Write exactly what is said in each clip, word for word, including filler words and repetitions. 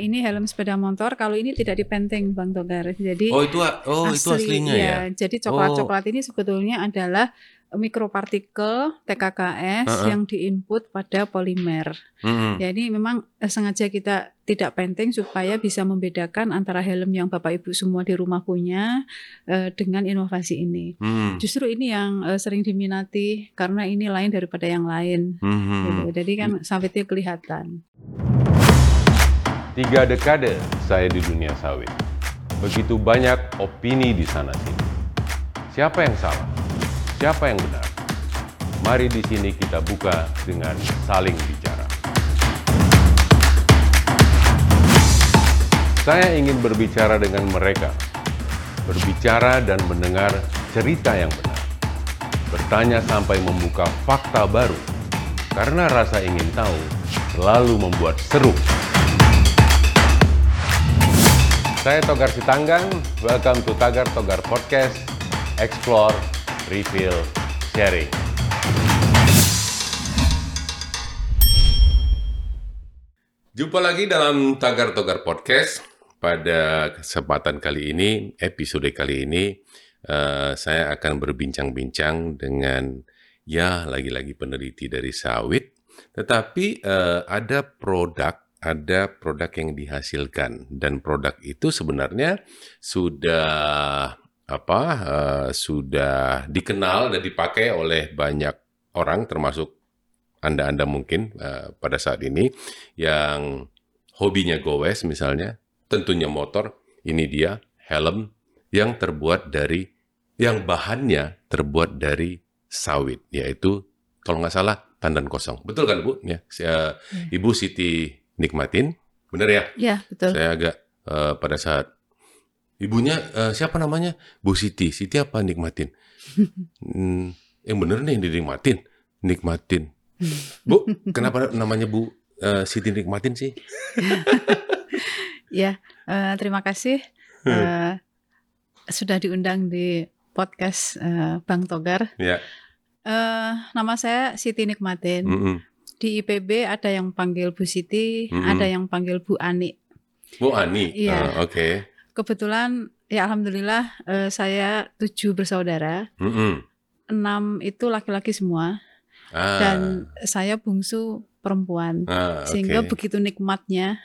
ini helm sepeda motor. Kalau ini tidak dipenting, Bang Togar. Jadi Oh itu oh asli, itu aslinya ya. ya. Jadi coklat-coklat oh. ini sebetulnya adalah mikropartikel T K K S uh-uh. yang diinput pada polimer. Mm-hmm. Jadi memang eh, sengaja kita tidak penting supaya bisa membedakan antara helm yang Bapak Ibu semua di rumah punya eh, dengan inovasi ini. Mm. Justru ini yang eh, sering diminati karena ini lain daripada yang lain. Mm-hmm. Gitu. Jadi kan sawitnya kelihatan. Tiga dekade saya di dunia sawit. Begitu banyak opini di sana sini. Siapa yang salah? Siapa yang benar? Mari di sini kita buka dengan saling bicara. Saya ingin berbicara dengan mereka, berbicara dan mendengar cerita yang benar, bertanya sampai membuka fakta baru, karena rasa ingin tahu selalu membuat seru. Saya Togar Sitanggang, welcome to Tagar Togar Podcast, Explore, Reveal, Sharing. Jumpa lagi dalam Tagar Togar Podcast. Pada kesempatan kali ini, episode kali ini, uh, saya akan berbincang-bincang dengan, ya lagi-lagi peneliti dari sawit, tetapi uh, ada produk, ada produk yang dihasilkan, dan produk itu sebenarnya sudah apa uh, sudah dikenal dan dipakai oleh banyak orang, termasuk Anda-Anda mungkin uh, pada saat ini yang hobinya goes misalnya, tentunya motor. Ini dia helm yang terbuat dari, yang bahannya terbuat dari sawit, yaitu kalau nggak salah tandan kosong. Betul kan Bu? Ya, saya, ya. Ibu Siti Nikmatin, benar ya? Ya, betul. Saya agak uh, pada saat ibunya uh, siapa namanya? Bu Siti. Siti apa Nikmatin? hmm, yang bener nih yang dinikmatin. Nikmatin. Bu, kenapa namanya Bu uh, Siti Nikmatin sih? Ya, uh, terima kasih uh, sudah diundang di podcast uh, Bang Togar. Ya. Uh, nama saya Siti Nikmatin. Mm-hmm. Di I P B ada yang panggil Bu Siti, mm-hmm. ada yang panggil Bu Ani. Bu Ani, ya. uh, oke. Okay. Kebetulan, ya alhamdulillah uh, saya tujuh bersaudara, mm-hmm. enam itu laki-laki semua, ah. dan saya bungsu perempuan, ah, sehingga okay. begitu nikmatnya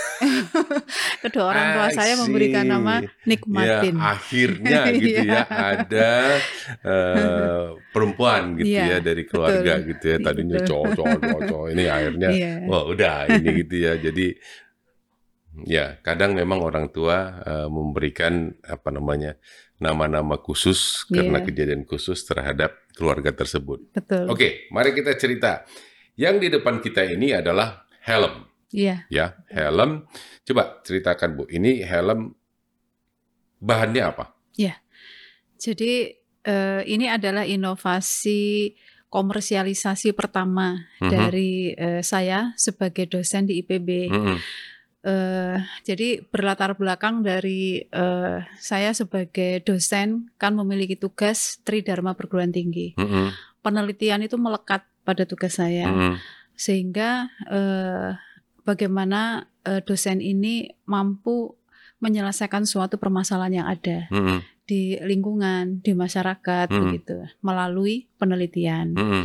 kedua orang tua saya memberikan nama Nikmatin. Ya, akhirnya gitu ya ada uh, perempuan gitu ya, ya dari keluarga betul. Gitu ya. Tadinya cowok, cowok, cowok, ini akhirnya, yeah. wah udah ini gitu ya. Jadi ya, kadang memang orang tua uh, memberikan apa namanya nama-nama khusus yeah. karena kejadian khusus terhadap keluarga tersebut. Betul. Oke, mari kita cerita. Yang di depan kita ini adalah helm. Iya. Ya, helm. Coba ceritakan Bu, ini helm bahannya apa? Ya, jadi uh, ini adalah inovasi komersialisasi pertama mm-hmm. dari uh, saya sebagai dosen di I P B. Mm-hmm. Uh, jadi berlatar belakang dari uh, saya sebagai dosen kan memiliki tugas Tridharma Perguruan Tinggi. Mm-hmm. Penelitian itu melekat pada tugas saya, mm-hmm. sehingga uh, bagaimana uh, dosen ini mampu menyelesaikan suatu permasalahan yang ada mm-hmm. di lingkungan, di masyarakat, mm-hmm. begitu, melalui penelitian. Mm-hmm.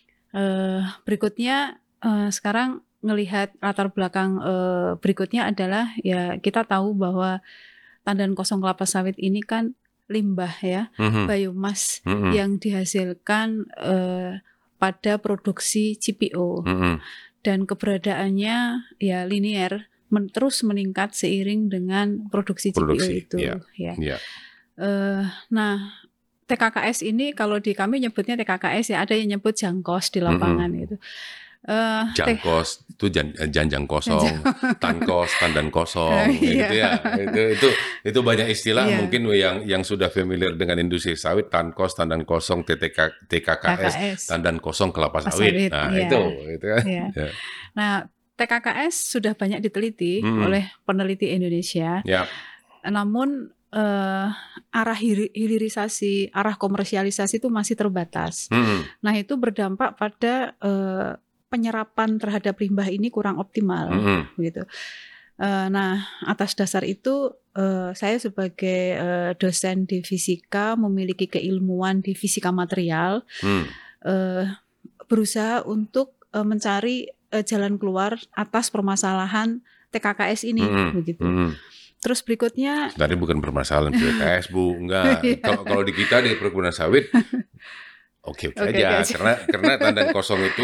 Uh, berikutnya uh, sekarang ngelihat latar belakang uh, berikutnya adalah ya kita tahu bahwa tandan kosong kelapa sawit ini kan limbah ya, mm-hmm. biomas mm-hmm. yang dihasilkan uh, pada produksi C P O mm-hmm. dan keberadaannya ya linear men- terus meningkat seiring dengan produksi, produksi C P O itu. Yeah. Ya. Yeah. Uh, nah T K K S ini kalau di kami nyebutnya T K K S ya, ada yang nyebut jangkos di lapangan mm-hmm. gitu. Uh, jangkos te- itu jan, janjang kosong, tankos, tandan kosong, gitu ya. Itu itu itu banyak istilah yeah. mungkin yang yang sudah familiar dengan industri sawit, tankos, tandan kosong, T K K S, K K S, tandan kosong kelapa sawit. sawit. Nah yeah. itu, itu kan. Yeah. Yeah. Nah T K K S sudah banyak diteliti hmm. oleh peneliti Indonesia, yeah. namun uh, arah hilirisasi, arah komersialisasi itu masih terbatas. Hmm. Nah itu berdampak pada uh, penyerapan terhadap limbah ini kurang optimal, mm-hmm. gitu. Uh, nah, atas dasar itu uh, saya sebagai uh, dosen di fisika memiliki keilmuan di fisika material, hmm. uh, berusaha untuk uh, mencari uh, jalan keluar atas permasalahan T K K S ini, hmm. begitu. Hmm. Terus berikutnya, tadi bukan permasalahan T K K S Bu, enggak. Kalau kalau di kita di perkebunan sawit. Oke oke okay, aja, okay. karena karena tandan kosong itu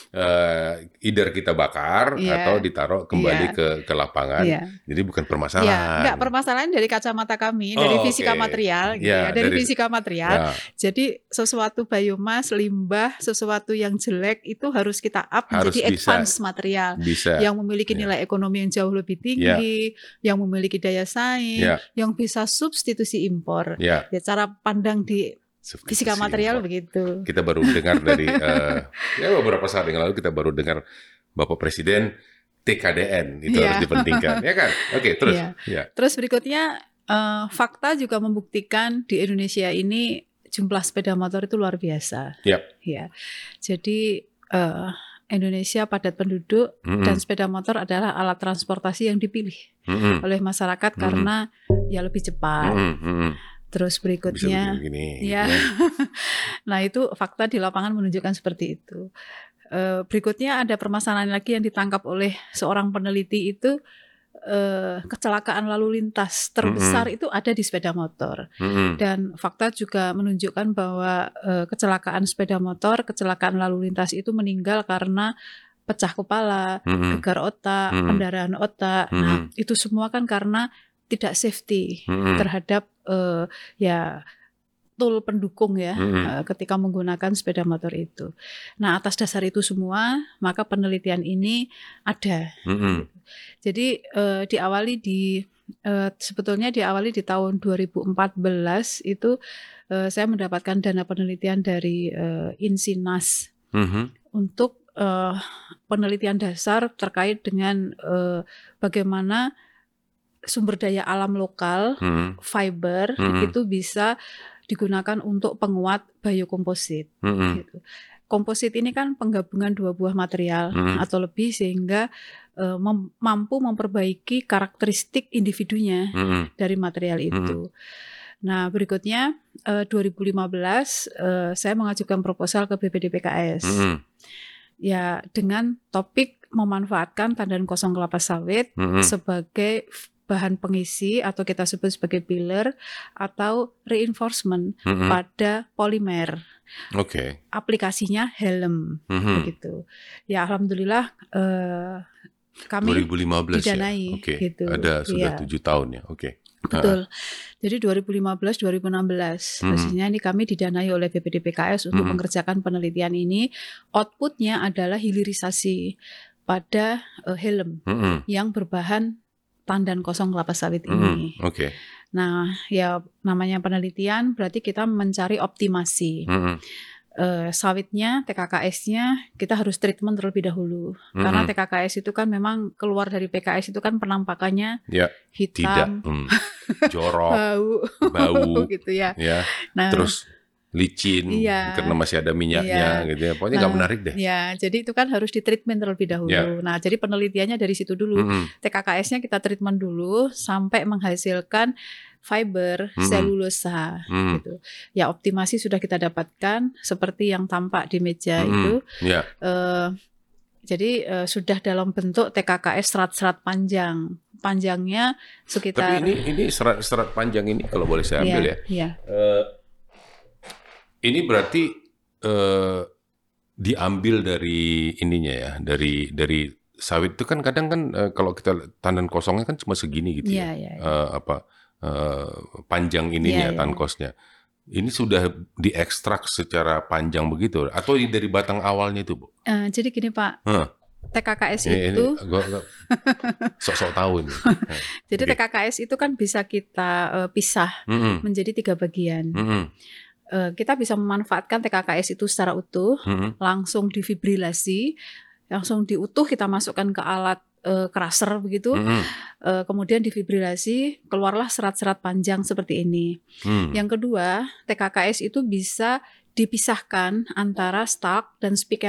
uh, either kita bakar yeah. atau ditaruh kembali yeah. ke ke lapangan, yeah. jadi bukan permasalahan. Yeah. Enggak, permasalahan dari kacamata kami, oh, dari fisika okay. material, gitu yeah, ya. dari, dari fisika material. Yeah. Jadi sesuatu biomas, limbah, sesuatu yang jelek itu harus kita up harus menjadi advance material, bisa. yang memiliki nilai yeah. ekonomi yang jauh lebih tinggi, yeah. yang memiliki daya saing, yeah. yang bisa substitusi impor. Yeah. Ya, cara pandang di fisika material impor. Begitu. Kita baru dengar dari uh, ya beberapa saat yang lalu kita baru dengar Bapak Presiden T K D N itu yeah. harus dipentingkan, ya kan? Oke, okay, terus. Yeah. Yeah. Terus berikutnya uh, fakta juga membuktikan di Indonesia ini jumlah sepeda motor itu luar biasa. Yep. Ya, jadi uh, Indonesia padat penduduk mm-hmm. dan sepeda motor adalah alat transportasi yang dipilih mm-hmm. oleh masyarakat mm-hmm. karena ya lebih cepat. Mm-hmm. Terus berikutnya, begini, ya, gitu. Nah itu fakta di lapangan menunjukkan seperti itu. E, berikutnya ada permasalahan lagi yang ditangkap oleh seorang peneliti itu e, kecelakaan lalu lintas terbesar mm-hmm. itu ada di sepeda motor. Mm-hmm. Dan fakta juga menunjukkan bahwa e, kecelakaan sepeda motor, kecelakaan lalu lintas itu meninggal karena pecah kepala, mm-hmm. gegar otak, mm-hmm. pendarahan otak. Mm-hmm. Nah itu semua kan karena tidak safety mm-hmm. terhadap uh, ya tool pendukung ya mm-hmm. uh, ketika menggunakan sepeda motor itu. Nah atas dasar itu semua maka penelitian ini ada. Mm-hmm. Jadi uh, diawali di uh, sebetulnya diawali di tahun dua ribu empat belas itu uh, saya mendapatkan dana penelitian dari uh, Insinas mm-hmm. untuk uh, penelitian dasar terkait dengan uh, bagaimana sumber daya alam lokal, hmm. fiber, hmm. itu bisa digunakan untuk penguat biokomposit. Hmm. Gitu. Komposit ini kan penggabungan dua buah material hmm. atau lebih sehingga uh, mem- mampu memperbaiki karakteristik individunya hmm. dari material itu. Hmm. Nah berikutnya uh, dua ribu lima belas uh, saya mengajukan proposal ke B P D P K S. Hmm. Ya dengan topik memanfaatkan tandan kosong kelapa sawit hmm. sebagai bahan pengisi atau kita sebut sebagai filler atau reinforcement mm-hmm. pada polimer. Oke. Okay. Aplikasinya helm, mm-hmm. begitu. Ya alhamdulillah uh, kami dua ribu lima belas didanai. Ya? Oke. Okay. Gitu. Ada sudah tujuh ya. tahun ya. Oke. Okay. Betul. Jadi dua ribu lima belas dua ribu enam belas mm-hmm. hasilnya ini kami didanai oleh B P D P K S untuk mm-hmm. mengerjakan penelitian ini. Outputnya adalah hilirisasi pada uh, helm mm-hmm. yang berbahan tandan kosong kelapa sawit ini. Mm, Oke. Okay. Nah, ya namanya penelitian berarti kita mencari optimasi. Mm. Uh, sawitnya, T K K S-nya kita harus treatment terlebih dahulu. Mm. Karena T K K S itu kan memang keluar dari P K S itu kan penampakannya ya, hitam, tidak, mm, jorok, bau, bau, gitu ya. ya. Nah, terus licin iya, karena masih ada minyaknya iya. gitu ya. Pokoknya nggak nah, menarik deh. Ya, jadi itu kan harus ditreatment terlebih dahulu. Ya. Nah, jadi penelitiannya dari situ dulu. Mm-hmm. T K K S-nya kita treatment dulu sampai menghasilkan fiber mm-hmm. selulosa mm-hmm. gitu. Ya, optimasi sudah kita dapatkan seperti yang tampak di meja mm-hmm. itu. Yeah. Uh, jadi uh, sudah dalam bentuk T K K S serat-serat panjang. Panjangnya sekitar. Tapi ini ini serat-serat panjang ini kalau boleh saya ambil yeah, ya. Yeah. Uh, Ini berarti uh, diambil dari ininya ya, dari dari sawit itu kan kadang kan uh, kalau kita tandan kosongnya kan cuma segini gitu yeah, ya, yeah, yeah. Uh, apa uh, panjang ininya yeah, tankosnya. Yeah. Ini sudah diekstrak secara panjang begitu, atau ini dari batang awalnya itu, Bu? Uh, jadi gini Pak. Huh. T K K S ini, itu ini, gua, gua, sok-sok tahu ini. Jadi okay. T K K S itu kan bisa kita uh, pisah mm-hmm. menjadi tiga bagian. Mm-hmm. Uh, kita bisa memanfaatkan T K K S itu secara utuh, mm-hmm. langsung difibrilasi, langsung diutuh kita masukkan ke alat uh, crusher begitu, mm-hmm. uh, kemudian difibrilasi, keluarlah serat-serat panjang seperti ini. Mm. Yang kedua, T K K S itu bisa dipisahkan antara stalk dan spikelet.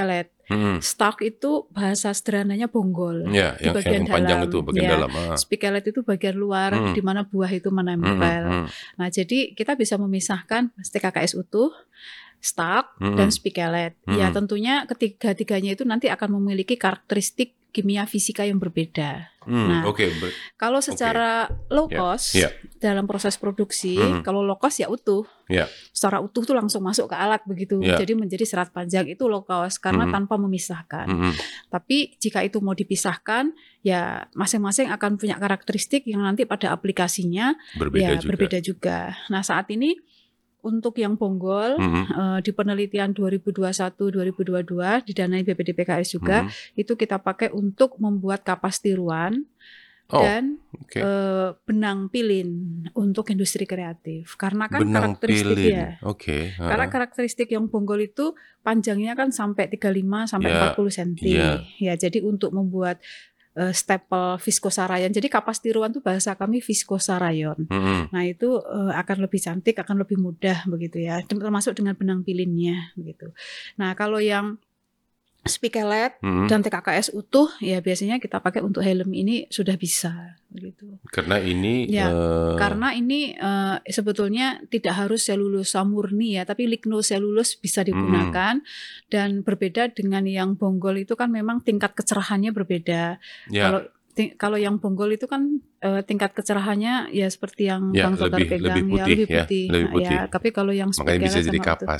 Hmm. Stalk itu bahasa sederhananya bonggol. Ya, di yang, bagian yang panjang dalam. itu bagian Ya, dalam. Ah. Spikelet itu bagian luar, Hmm. di mana buah itu menempel. Hmm. Hmm. Nah, jadi kita bisa memisahkan T K K S utuh, stalk, Hmm. dan spikelet. Hmm. Ya, tentunya ketiga-tiganya itu nanti akan memiliki karakteristik kimia fisika yang berbeda. Hmm. Nah, Oke. Okay. kalau secara okay. low Yeah. cost Yeah. dalam proses produksi, Hmm. kalau low cost ya utuh. Yeah. Secara utuh tuh langsung masuk ke alat begitu. Yeah. Jadi menjadi serat panjang itu low cost karena Hmm. tanpa memisahkan. Hmm. Tapi jika itu mau dipisahkan, ya masing-masing akan punya karakteristik yang nanti pada aplikasinya berbeda ya juga. berbeda juga. Nah, saat ini untuk yang bonggol hmm. uh, di penelitian dua ribu dua puluh satu dua ribu dua puluh dua didanai B P D P K S juga, hmm. itu kita pakai untuk membuat kapas tiruan oh, dan okay. uh, benang pilin untuk industri kreatif. Karena kan benang karakteristik pilin. ya. Okay. Uh. Karena karakteristik yang bonggol itu panjangnya kan sampai tiga puluh lima sampai yeah. empat puluh sentimeter. Yeah. Ya, jadi untuk membuat Uh, staple viskosarayon. Jadi kapas tiruan itu bahasa kami viskosarayon. Mm-hmm. Nah, itu uh, akan lebih cantik, akan lebih mudah begitu ya. Termasuk dengan benang pilinnya begitu. Nah, kalau yang spikelet mm-hmm. dan T K K S utuh ya biasanya kita pakai untuk helm ini sudah bisa begitu. Karena ini ya, uh... karena ini uh, sebetulnya tidak harus selulosa murni ya, tapi lignoselulus bisa digunakan mm-hmm. dan berbeda dengan yang bonggol itu kan memang tingkat kecerahannya berbeda. Ya. Kalau Kalau yang bonggol itu kan uh, tingkat kecerahannya ya seperti yang ya, Bang Togar lebih, pegang lebih putih, ya lebih putih. Ya, lebih putih. Nah, ya, tapi kalau yang makanya bisa jadi kapas.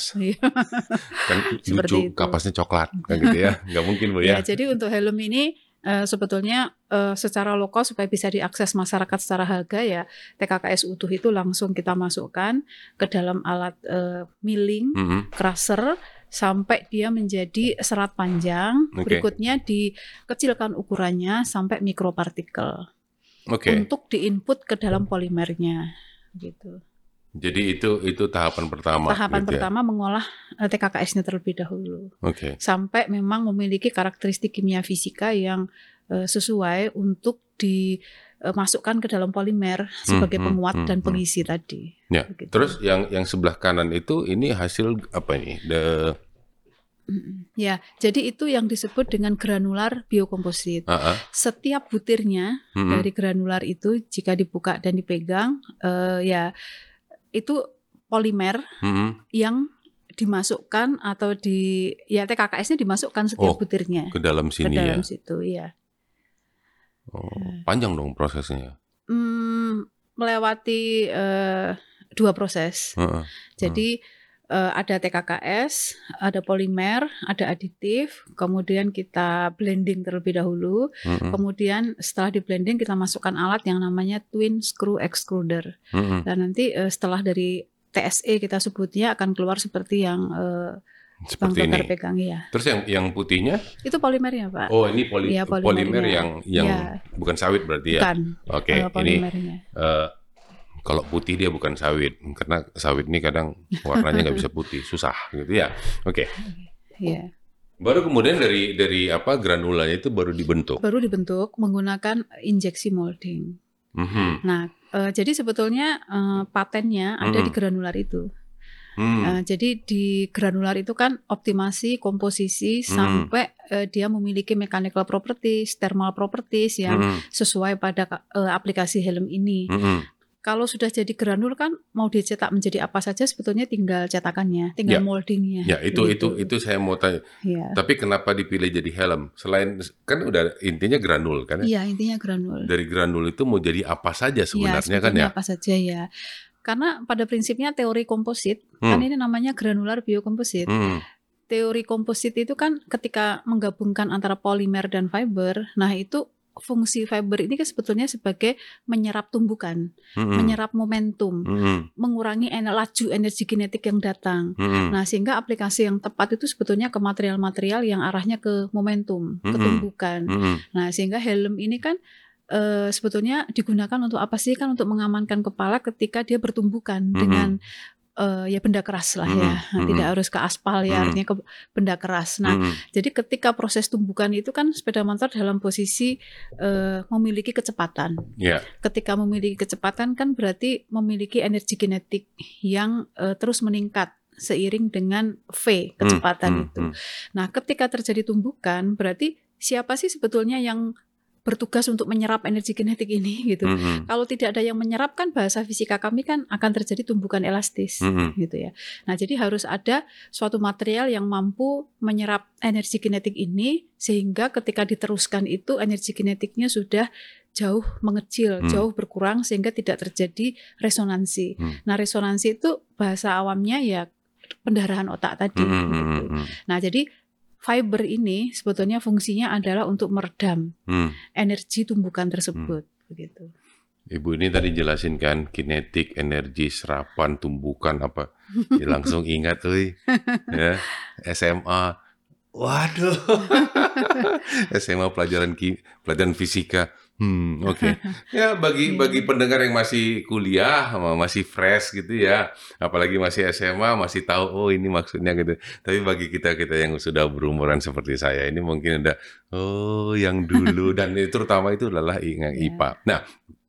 Kan lucu itu. Kapasnya coklat kan gitu ya. Nggak mungkin Bu ya. Ya, jadi untuk helm ini uh, sebetulnya uh, secara lokal supaya bisa diakses masyarakat secara harga ya T K K S utuh itu langsung kita masukkan ke dalam alat uh, milling, mm-hmm. crusher sampai dia menjadi serat panjang. Okay. Berikutnya dikecilkan ukurannya sampai mikropartikel. Okay. Untuk diinput ke dalam polimernya gitu. Jadi itu itu tahapan pertama. Tahapan gitu pertama ya? mengolah T K K S-nya terlebih dahulu. Okay. Sampai memang memiliki karakteristik kimia fisika yang uh, sesuai untuk dimasukkan uh, ke dalam polimer sebagai hmm, penguat hmm, dan pengisi hmm. tadi. Ya. Begitu. Terus yang yang sebelah kanan itu ini hasil apa ini? The Ya, jadi itu yang disebut dengan granular biokomposit. Uh-uh. Setiap butirnya mm-hmm. dari granular itu jika dibuka dan dipegang, uh, ya itu polimer mm-hmm. yang dimasukkan atau di ya T K K S-nya dimasukkan setiap oh, butirnya ke dalam sini ke dalam ya. situ, ya. Oh, panjang dong prosesnya. Hmm, melewati uh, dua proses. Uh-uh. Jadi Uh, ada T K K S, ada polimer, ada aditif, kemudian kita blending terlebih dahulu, mm-hmm. kemudian setelah di blending kita masukkan alat yang namanya twin screw extruder, mm-hmm. dan nanti uh, setelah dari T S E kita sebutnya akan keluar seperti yang uh, seperti Bang ini. Pegang ya. Terus yang yang putihnya? Itu polimernya Pak. Oh ini poli, ya, polimer yang yang ya. Bukan sawit berarti ya? Bukan. Oke, okay, ini. Uh, Kalau putih dia bukan sawit, karena sawit ini kadang warnanya nggak bisa putih, susah gitu ya. Oke. Okay. Yeah. Baru kemudian dari dari apa granulanya itu baru dibentuk. Baru dibentuk menggunakan injeksi molding. Mm-hmm. Nah, uh, jadi sebetulnya uh, patennya ada mm-hmm. di granular itu. Mm. Uh, jadi di granular itu kan optimasi komposisi mm. sampai uh, dia memiliki mechanical properties, thermal properties yang mm. sesuai pada uh, aplikasi helm ini. Mm-hmm. Kalau sudah jadi granul kan mau dicetak menjadi apa saja sebetulnya tinggal cetakannya, tinggal ya. moldingnya. Ya itu gitu. itu itu saya mau tanya. Ya. Tapi kenapa dipilih jadi helm? Selain kan udah intinya granul kan? Iya intinya granul. Dari granul itu mau jadi apa saja sebenarnya ya, kan ya? Apa saja ya. Karena pada prinsipnya teori komposit hmm. kan ini namanya granular biokomposit. Hmm. Teori komposit itu kan ketika menggabungkan antara polimer dan fiber, nah itu fungsi fiber ini kan sebetulnya sebagai menyerap tumbukan, mm-hmm. menyerap momentum, mm-hmm. mengurangi ener- laju energi kinetik yang datang. Mm-hmm. Nah, sehingga aplikasi yang tepat itu sebetulnya ke material-material yang arahnya ke momentum, mm-hmm. ke tumbukan. Mm-hmm. Nah, sehingga helm ini kan e, sebetulnya digunakan untuk apa sih? Kan untuk mengamankan kepala ketika dia bertumbukan mm-hmm. dengan Uh, ya benda keras lah ya, mm-hmm. tidak harus ke aspal ya, mm-hmm. artinya ke benda keras. Nah, mm-hmm. jadi ketika proses tumbukan itu kan sepeda motor dalam posisi uh, memiliki kecepatan. Yeah. Ketika memiliki kecepatan kan berarti memiliki energi kinetik yang uh, terus meningkat seiring dengan V kecepatan hmm, itu. hmm. Nah, ketika terjadi tumbukan, berarti siapa sih sebetulnya yang bertugas untuk menyerap energi kinetik ini gitu. Mm-hmm. Kalau tidak ada yang menyerap kan bahasa fisika kami kan akan terjadi tumbukan elastis mm-hmm. gitu ya. Nah, jadi harus ada suatu material yang mampu menyerap energi kinetik ini sehingga ketika diteruskan itu energi kinetiknya sudah jauh mengecil, hmm. jauh berkurang sehingga tidak terjadi resonansi. Hmm. Nah, resonansi itu bahasa awamnya ya pendarahan otak tadi hmm. gitu. Hmm. Nah, jadi fiber ini sebetulnya fungsinya adalah untuk meredam hmm. energi tumbukan tersebut, hmm. begitu. Ibu ini tadi jelasin kan kinetik, energi, serapan, tumbukan apa, ya langsung ingat, oi, ya S M A, waduh, S M A pelajaran ki, pelajaran fisika. Hmm, oke. Okay. Ya bagi yeah. bagi pendengar yang masih kuliah, masih fresh gitu ya, apalagi masih S M A, masih tahu oh ini maksudnya gitu. Tapi bagi kita-kita yang sudah berumuran seperti saya ini mungkin ada oh yang dulu dan itu terutama itu adalah yang I P A. Yeah. Nah,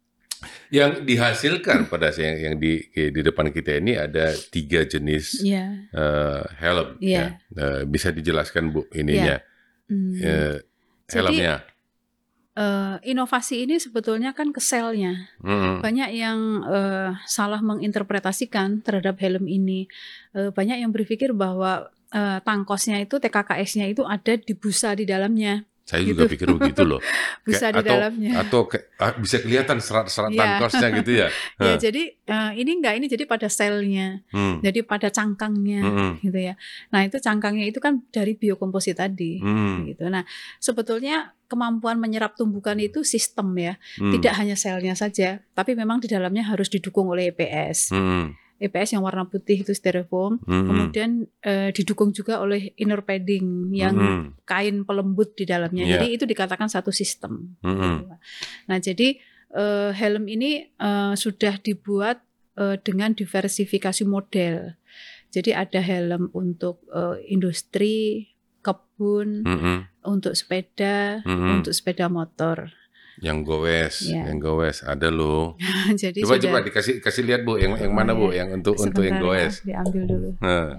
yang dihasilkan pada yang yang di di depan kita ini ada tiga jenis yeah. uh, helm. Yeah. Ya. Uh, bisa dijelaskan Bu ininya yeah. mm. uh, helmnya. Jadi, Uh, inovasi ini sebetulnya kan ke selnya. Mm-hmm. Banyak yang uh, salah menginterpretasikan terhadap helm ini. Uh, banyak yang berpikir bahwa uh, tangkosnya itu, T K K S-nya itu ada di busa di dalamnya. Saya gitu. juga pikir begitu loh. Busa di atau, dalamnya. Atau ke, bisa kelihatan serat-serat yeah. tangkosnya gitu ya. Ya, jadi uh, ini enggak, ini jadi pada selnya. Hmm. Jadi pada cangkangnya hmm. gitu ya. Nah, itu cangkangnya itu kan dari biokomposit tadi hmm. gitu. Nah, sebetulnya kemampuan menyerap tumbukan itu sistem ya. Hmm. Tidak hanya selnya saja, tapi memang di dalamnya harus didukung oleh E P S. Hmm. E P S yang warna putih itu styrofoam, mm-hmm. kemudian eh, didukung juga oleh inner padding yang mm-hmm. kain pelembut di dalamnya. Yeah. Jadi itu dikatakan satu sistem. Mm-hmm. Nah, jadi eh, helm ini eh, sudah dibuat eh, dengan diversifikasi model. Jadi ada helm untuk eh, industri, kebun, mm-hmm. untuk sepeda, mm-hmm. untuk sepeda motor. Yang goes, ya. yang goes ada loh. Jadi coba sudah, coba dikasih kasih lihat Bu, yang yang mana Bu, yang untuk sebentar, untuk yang goes. Ya, diambil dulu. Nah.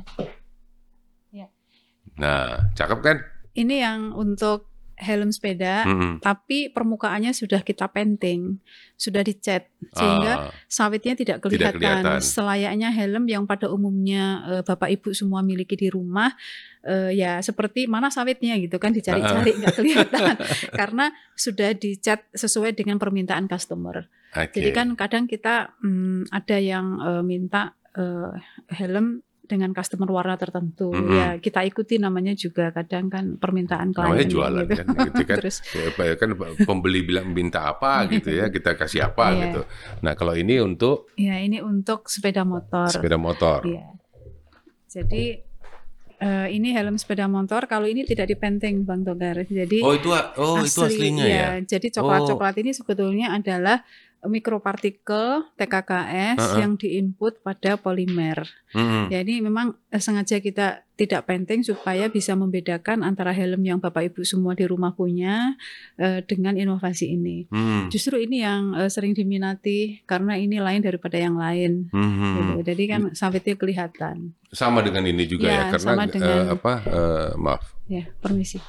Ya. Nah, cakep kan? Ini yang untuk helm sepeda, mm-hmm. tapi permukaannya sudah kita painting, sudah dicat sehingga ah, sawitnya tidak kelihatan. tidak kelihatan. Selayaknya helm yang pada umumnya uh, Bapak Ibu semua miliki di rumah, uh, ya seperti mana sawitnya gitu kan, dicari-cari nggak ah. kelihatan karena sudah dicat sesuai dengan permintaan customer. Okay. Jadi kan kadang kita um, ada yang uh, minta uh, helm dengan customer warna tertentu, mm-hmm. ya kita ikuti, namanya juga kadang kan permintaan klien. Namanya jualan gitu. kan, gitu kan. Terus, ya, kan pembeli bilang minta apa gitu ya, kita kasih apa yeah. gitu. Nah kalau ini untuk? Ya ini untuk sepeda motor. Sepeda motor. Ya. Jadi uh, ini helm sepeda motor. Kalau ini tidak dipenting Bang Togar. Jadi oh itu oh asli, itu aslinya ya. ya. Jadi coklat-coklat oh. ini sebetulnya adalah mikropartikel T K K S uh-uh. yang diinput pada polimer. Uh-uh. Ya ini memang eh, sengaja kita tidak penting supaya bisa membedakan antara helm yang Bapak Ibu semua di rumah punya eh, dengan inovasi ini. Uh-uh. Justru ini yang eh, sering diminati karena ini lain daripada yang lain. Uh-uh. Gitu. Jadi kan sawitnya kelihatan. Sama dengan ini juga ya, ya karena sama dengan, uh, apa? Uh, maaf. Ya, permisi.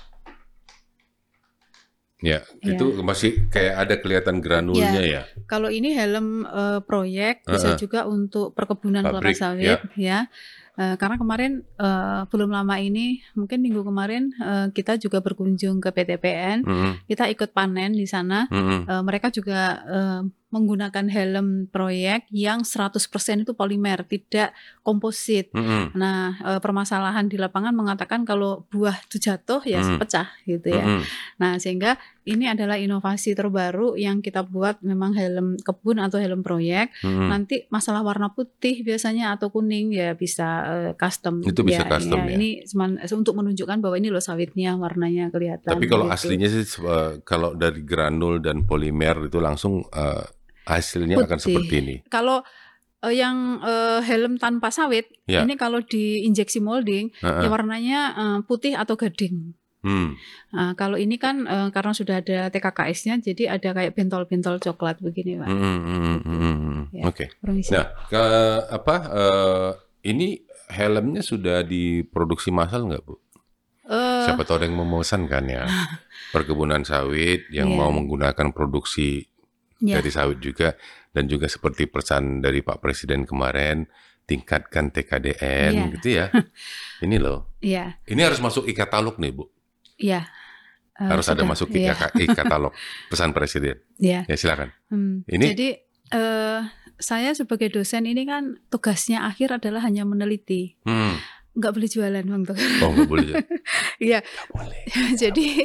Ya, ya, itu masih kayak ada kelihatan granulnya ya. ya. Kalau ini helm uh, proyek uh-uh. bisa juga untuk perkebunan kelapa sawit ya. ya. Uh, karena kemarin uh, belum lama ini, mungkin minggu kemarin uh, kita juga berkunjung ke P T P N. Uh-huh. Kita ikut panen di sana. Uh-huh. Uh, mereka juga uh, menggunakan helm proyek yang seratus persen itu polimer, tidak komposit. Mm-hmm. Nah, e, permasalahan di lapangan mengatakan kalau buah itu jatuh ya mm-hmm. pecah gitu ya. Mm-hmm. Nah, sehingga ini adalah inovasi terbaru yang kita buat, memang helm kebun atau helm proyek. Mm-hmm. Nanti masalah warna putih biasanya atau kuning ya bisa e, custom. Itu bisa ya, custom ya. ya. Ini cuman untuk menunjukkan bahwa ini loh sawitnya warnanya kelihatan. Tapi kalau gitu. aslinya sih uh, kalau dari granul dan polimer itu langsung uh, hasilnya putih. Akan seperti ini. Kalau uh, yang uh, helm tanpa sawit, ya. Ini kalau diinjeksi molding, uh-uh. ya warnanya uh, putih atau gading. Hmm. Nah, kalau ini kan uh, karena sudah ada T K K S-nya, jadi ada kayak bentol-bentol coklat begini, Pak. Hmm, hmm, hmm, hmm. Ya, Oke. Okay. Nah, ke, apa uh, ini helmnya sudah diproduksi massal nggak, Bu? Uh, Siapa tahu ada yang memesan kan ya. Perkebunan sawit yang yeah. mau menggunakan produksi yeah. dari sawit juga. Dan juga seperti pesan dari Pak Presiden kemarin, tingkatkan T K D N yeah. gitu ya. Ini loh. Yeah. Ini harus masuk e-katalog nih, Bu. Iya. Yeah. Uh, harus sudah. Ada masuk yeah. e-katalog pesan Presiden. Iya. Yeah. Ya silakan. Hmm. Ini Jadi uh, saya sebagai dosen ini kan tugasnya akhir adalah hanya meneliti. Hmm. Nggak boleh jualan, Bang Togar. Oh, nggak boleh. Iya. boleh. Jadi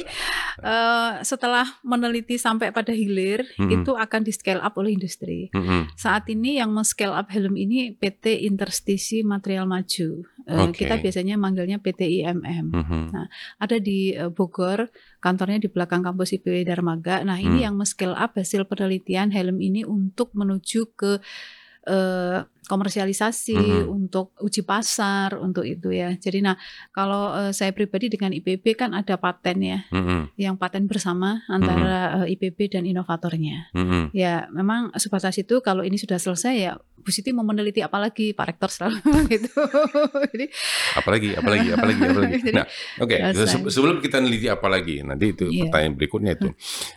uh, setelah meneliti sampai pada hilir, mm-hmm. itu akan di scale up oleh industri. Mm-hmm. Saat ini yang men-scale up helm ini P T Interstisi Material Maju. Uh, okay. Kita biasanya manggilnya P T I M M. Mm-hmm. Nah, ada di uh, Bogor, kantornya di belakang kampus I P W Darmaga. Nah, ini mm. yang men-scale up hasil penelitian helm ini untuk menuju ke Uh, komersialisasi, mm-hmm. untuk uji pasar, untuk itu ya. Jadi nah kalau uh, saya pribadi dengan I P B kan ada paten ya, mm-hmm. yang paten bersama antara mm-hmm. uh, I P B dan inovatornya. Mm-hmm. Ya memang sebatas itu. Kalau ini sudah selesai ya Bu Siti mau meneliti apa lagi, Pak Rektor selalu gitu. Jadi apalagi, apalagi, apalagi, apalagi. Nah, oke. Okay. Se- sebelum kita neliti apa lagi, nanti itu yeah. pertanyaan berikutnya itu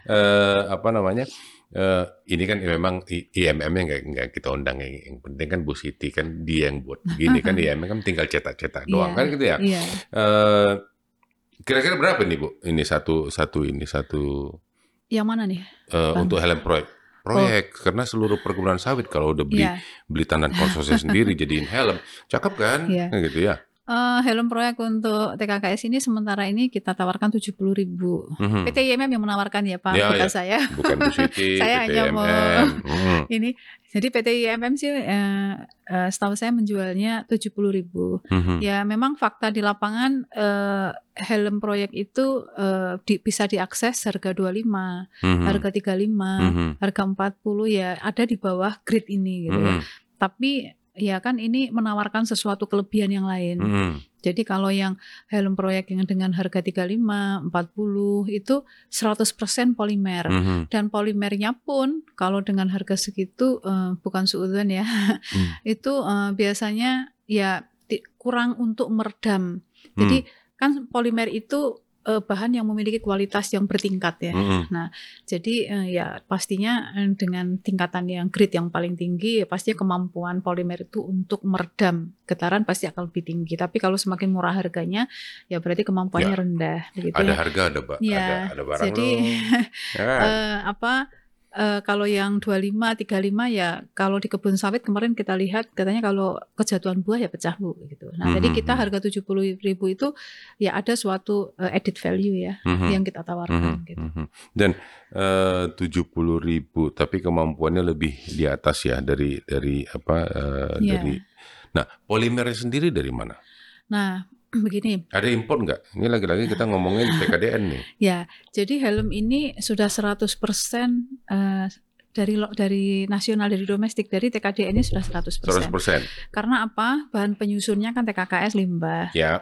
uh, apa namanya? Uh, ini kan memang I M M-nya nggak nggak kita undang, yang penting kan Bu Siti kan dia yang buat begini kan I M M kan tinggal cetak-cetak doang yeah, kan gitu ya. Yeah. Uh, kira-kira berapa nih Bu? Ini satu satu ini satu. Yang mana nih? Uh, untuk helm proyek proyek oh. Karena seluruh perkebunan sawit kalau udah beli yeah. beli tandan konsorsium sendiri jadiin helm, cakep kan? Yeah. Kan gitu ya. Uh, helm proyek untuk T K K S ini sementara ini kita tawarkan tujuh puluh ribu. Mm-hmm. P T I M M yang menawarkan ya Pak, ya, bukan ya. saya. Bukan Bu Siti, saya P T I M M. hanya mau mm. ini. Jadi P T I M M sih, uh, uh, setahu saya menjualnya tujuh puluh ribu. Mm-hmm. Ya memang fakta di lapangan uh, helm proyek itu uh, di, bisa diakses harga dua puluh lima, mm-hmm. harga tiga puluh lima, mm-hmm. harga empat puluh ya ada di bawah grade ini gitu mm-hmm. ya. Tapi ya kan ini menawarkan sesuatu kelebihan yang lain. Mm. Jadi kalau yang helm proyek yang dengan harga tiga puluh lima, empat puluh itu seratus persen polimer. Mm-hmm. Dan polimernya pun kalau dengan harga segitu uh, bukan suudzon ya. Mm. itu uh, biasanya ya t- kurang untuk meredam. Mm. Jadi kan polimer itu bahan yang memiliki kualitas yang bertingkat ya. Mm-hmm. Nah, jadi ya pastinya dengan tingkatan yang grade yang paling tinggi, ya pastinya kemampuan polimer itu untuk meredam getaran pasti akan lebih tinggi. Tapi kalau semakin murah harganya, ya berarti kemampuannya ya, rendah. Begitu ada ya. harga, ada, ba- ya, ada, ada barang jadi, ya. uh, apa? Uh, kalau yang dua puluh lima, tiga puluh lima ya kalau di kebun sawit kemarin kita lihat katanya kalau kejatuhan buah ya pecah Bu gitu. Nah, mm-hmm. jadi kita harga tujuh puluh ribu itu ya ada suatu uh, added value ya mm-hmm. yang kita tawarkan mm-hmm. gitu. Dan uh, tujuh puluh ribu tapi kemampuannya lebih di atas ya dari dari apa uh, yeah. dari. Nah, polimernya sendiri dari mana? Nah, begini. Ada impor nggak? Ini lagi-lagi kita ngomongin T K D N nih. Ya, jadi helm ini sudah seratus persen uh, dari dari nasional, dari domestik, dari T K D N ini sudah seratus persen. seratus persen. Karena apa? Bahan penyusunnya kan T K K S limbah. Ya.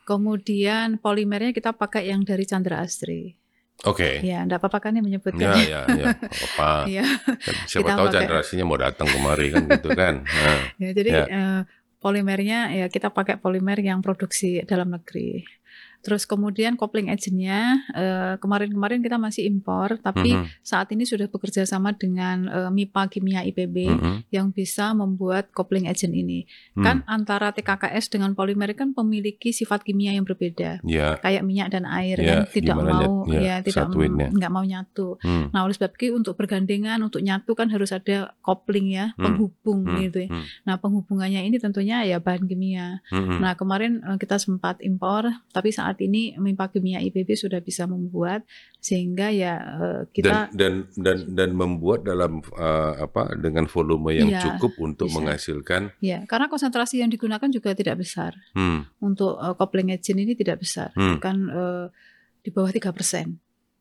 Kemudian polimernya kita pakai yang dari Chandra Asri. Oke. Okay. Ya, enggak apa-apa kan yang menyebutkan. Ya, ya, ya. Apa? Ya. Siapa tahu Chandra Asrinya mau datang kemari kan gitu kan. Nah. Ya, jadi ya. Uh, polimernya ya kita pakai polimer yang produksi dalam negeri. Terus kemudian coupling agent-nya eh, kemarin-kemarin kita masih impor, tapi mm-hmm. saat ini sudah bekerja sama dengan eh, M I P A Kimia I P B mm-hmm. yang bisa membuat coupling agent ini. Mm. Kan antara T K K S dengan polimer kan memiliki sifat kimia yang berbeda, yeah. kayak minyak dan air yeah. kan tidak mau ya, ya tidak nggak mau nyatu. Mm. Nah oleh sebab itu untuk bergandengan untuk nyatu kan harus ada coupling ya, mm. penghubung mm. gitu ya. Mm. Nah penghubungannya ini tentunya ya bahan kimia. Mm-hmm. Nah kemarin eh, kita sempat impor, tapi saat Saat ini M I P A Kimia I P B sudah bisa membuat sehingga ya uh, kita dan dan dan dan membuat dalam uh, apa dengan volume yang ya, cukup untuk bisa menghasilkan. Ya, karena konsentrasi yang digunakan juga tidak besar. Hmm. Untuk uh, coupling agent ini tidak besar, hmm. kan uh, di bawah tiga persen.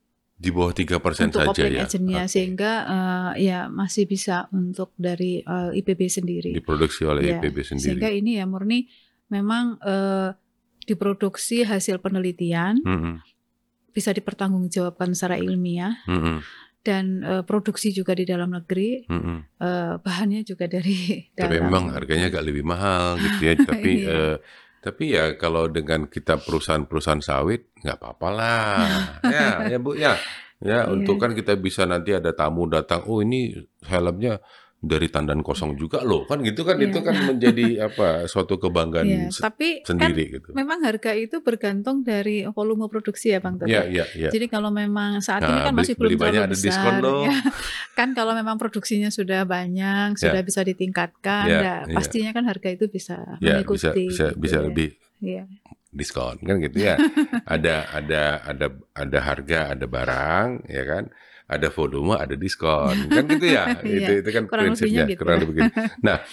Di bawah tiga persen saja ya. Untuk coupling agentnya okay. Sehingga uh, ya masih bisa untuk dari uh, I P B sendiri. Diproduksi oleh ya, I P B sendiri. Sehingga ini ya murni memang uh, diproduksi hasil penelitian, mm-hmm. bisa dipertanggungjawabkan secara ilmiah, mm-hmm. dan uh, produksi juga di dalam negeri, mm-hmm. uh, bahannya juga dari dalam. Tapi memang harganya agak lebih mahal gitu ya. Tapi iya. uh, tapi ya kalau dengan kita perusahaan-perusahaan sawit nggak apa-apa lah. ya, ya Bu ya. Ya, yeah. Untuk kan kita bisa nanti ada tamu datang, oh ini helmnya dari tandan kosong juga loh, kan gitu kan, yeah. Itu kan menjadi apa suatu kebanggaan yeah. se- Tapi sendiri kan gitu. Memang harga itu bergantung dari volume produksi ya Bang Toto. Iya, iya, iya. Jadi kalau memang saat nah, ini kan beli, masih belum terlalu ada besar, diskon loh. Ya. Kan kalau memang produksinya sudah banyak, yeah. sudah bisa ditingkatkan, yeah. ya yeah. pastinya kan harga itu bisa yeah, mengikuti. Bisa, bisa, gitu, bisa ya. lebih. Yeah. Diskon kan gitu ya. ada ada ada ada harga, ada barang, ya kan. Ada volume, ada diskon, kan gitu ya. itu itu kan kurang prinsipnya, gitu. Kurang lebih begitu. Nah,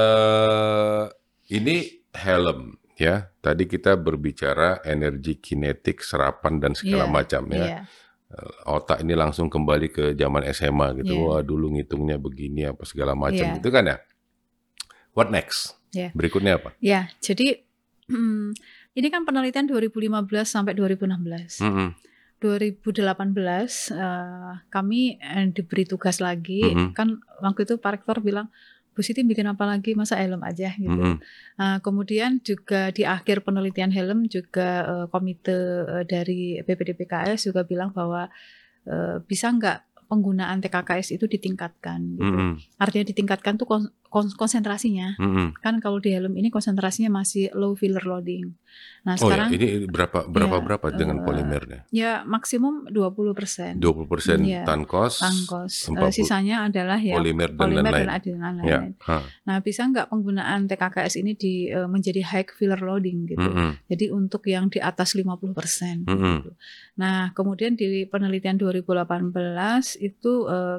uh, ini helm ya. Tadi kita berbicara energi kinetik, serapan dan segala yeah, macam ya. Yeah. Otak ini langsung kembali ke zaman S M A gitu. Yeah. Wah, dulu ngitungnya begini apa segala macam yeah. gitu kan ya. What next? Yeah. Berikutnya apa? Ya, yeah, jadi hmm, ini kan penelitian dua ribu lima belas sampai dua ribu enam belas. Mm-hmm. dua ribu delapan belas uh, kami uh, diberi tugas lagi, mm-hmm. kan waktu itu Pak Rektor bilang, Bu Siti bikin apa lagi, masa helm aja gitu. Mm-hmm. Uh, kemudian juga di akhir penelitian helm juga uh, komite uh, dari B P D P K S juga bilang bahwa uh, bisa nggak penggunaan T K K S itu ditingkatkan gitu. Mm-hmm. Artinya ditingkatkan tuh kon- konsentrasinya. Mm-hmm. Kan kalau di helm ini konsentrasinya masih low filler loading. Nah, oh sekarang ya, ini berapa berapa ya, berapa dengan uh, polimernya? Ya, maksimum dua puluh persen. dua puluh persen ya, tankos. Tankos. Uh, sisanya adalah ya polimer dan polimer lain-lain. Dan lain-lain. Ya. Huh. Nah, bisa nggak penggunaan T K K S ini di uh, menjadi high filler loading gitu. Mm-hmm. Jadi untuk yang di atas lima puluh persen mm-hmm. gitu. Nah, kemudian di penelitian dua ribu delapan belas itu uh,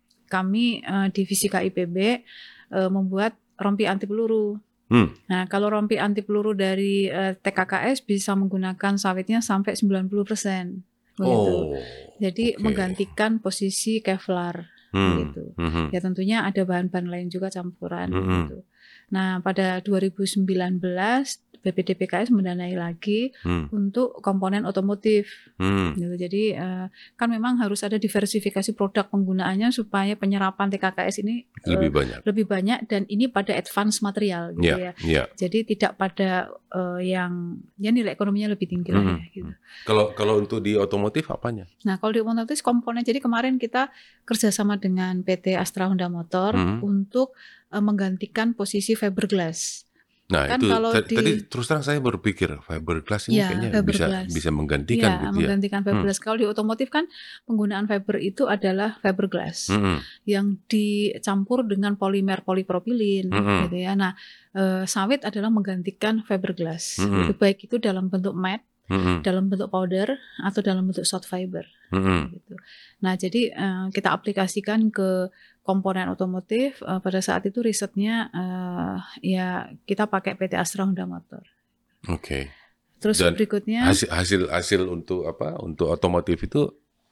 kami uh, di Fisika I P B uh, membuat rompi anti peluru. Hmm. Nah, kalau rompi anti peluru dari uh, T K K S bisa menggunakan sawitnya sampai sembilan puluh persen. Oh, jadi okay. menggantikan posisi Kevlar hmm. gitu. Hmm. Ya tentunya ada bahan-bahan lain juga campuran hmm. gitu. Nah, pada dua ribu sembilan belas B P D P K S mendanai lagi hmm. untuk komponen otomotif. Hmm. Gitu. Jadi uh, kan memang harus ada diversifikasi produk penggunaannya supaya penyerapan T K K S ini lebih uh, banyak, lebih banyak dan ini pada advance material gitu yeah, ya. Yeah. Jadi tidak pada uh, yang ya nilai ekonominya lebih tinggi hmm. lah ya. Gitu. Kalau kalau untuk di otomotif apanya? Nah, kalau di otomotif komponen. Jadi kemarin kita kerjasama dengan P T Astra Honda Motor hmm. untuk uh, menggantikan posisi fiberglass. Nah kan itu t- di, tadi terus terang saya berpikir fiberglass ini ya, kayaknya bisa bisa menggantikan ya, gitu menggantikan ya. fiberglass. Hmm. Kalau di otomotif kan penggunaan fiber itu adalah fiberglass hmm. yang dicampur dengan polimer polipropilin hmm. gitu ya. Nah, e, sawit adalah menggantikan fiberglass. Hmm. Itu baik itu dalam bentuk matte, hmm. dalam bentuk powder atau dalam bentuk short fiber hmm. gitu. Nah, jadi e, kita aplikasikan ke komponen otomotif. Uh, pada saat itu risetnya uh, ya kita pakai P T Astra Honda Motor. Oke. Okay. Terus dan berikutnya hasil hasil hasil untuk apa? Untuk otomotif itu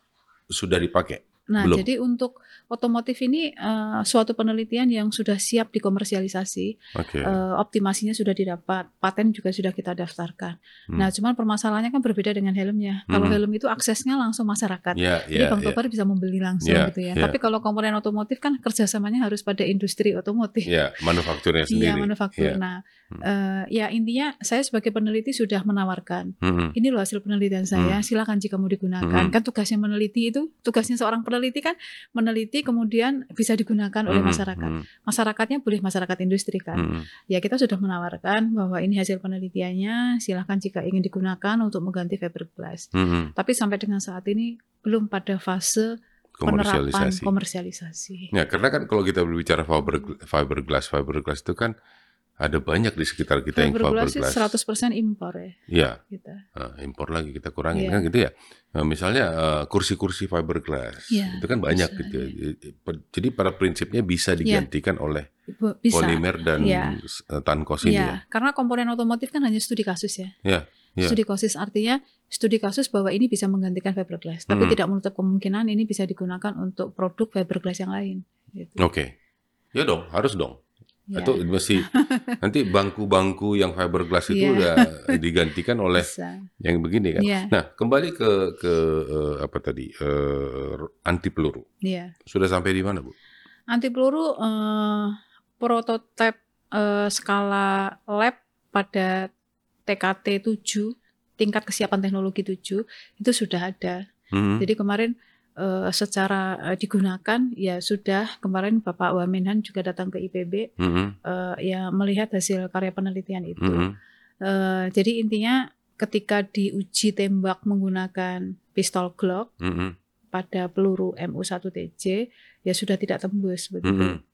sudah dipakai. Nah, belum? Jadi untuk otomotif ini uh, suatu penelitian yang sudah siap dikomersialisasi, okay. uh, optimasinya sudah didapat, paten juga sudah kita daftarkan. Hmm. Nah, cuman permasalahannya kan berbeda dengan helmnya. Hmm. Kalau helm itu aksesnya langsung masyarakat, yeah, jadi yeah, Bang Tobar yeah. bisa membeli langsung yeah, gitu ya. Yeah. Tapi kalau komponen otomotif kan kerjasamanya harus pada industri otomotif. Ya, yeah, manufakturnya sendiri. Iya, manufaktur. Yeah. Nah, hmm. uh, ya intinya saya sebagai peneliti sudah menawarkan, hmm. ini loh hasil penelitian saya, hmm. silakan jika mau digunakan. Hmm. Kan tugasnya meneliti itu, tugasnya seorang peneliti kan meneliti kemudian bisa digunakan oleh masyarakat. Hmm. Masyarakatnya boleh masyarakat industri kan. Hmm. Ya kita sudah menawarkan bahwa ini hasil penelitiannya, silakan jika ingin digunakan untuk mengganti fiberglass. Hmm. Tapi sampai dengan saat ini belum pada fase penerapan komersialisasi. Ya, karena kan kalau kita berbicara fiber, fiberglass, fiberglass itu kan ada banyak di sekitar kita yang fiberglass. Fiberglass seratus persen impor ya. Iya. Kita. Nah, impor lagi kita kurangin yeah. kan gitu ya. Nah, misalnya uh, kursi-kursi fiberglass yeah, itu kan banyak bisa, gitu ya. Yeah. Jadi pada prinsipnya bisa digantikan yeah. oleh bisa. polimer dan yeah. tankos ini yeah. ya. Karena komponen otomotif kan hanya studi kasus ya. Yeah. Yeah. Studi kasus artinya studi kasus bahwa ini bisa menggantikan fiberglass, tapi hmm. tidak menutup kemungkinan ini bisa digunakan untuk produk fiberglass yang lain. Gitu. Oke, okay. Ya dong, harus dong. Ya. Atau masih nanti bangku-bangku yang fiberglass itu Ya. udah digantikan oleh Bisa. yang begini kan. Ya. Nah, kembali ke ke uh, apa tadi uh, anti peluru. Ya. Sudah sampai di mana, Bu? Anti peluru uh, prototipe uh, skala lab pada T K T tujuh, tingkat kesiapan teknologi tujuh, itu sudah ada. Hmm. Jadi kemarin Uh, secara uh, digunakan ya sudah, kemarin Bapak Wamenhan juga datang ke I P B, mm-hmm. uh, ya melihat hasil karya penelitian itu. Mm-hmm. uh, jadi intinya ketika diuji tembak menggunakan pistol Glock mm-hmm. pada peluru M U satu T J ya sudah tidak tembus begitu. Mm-hmm.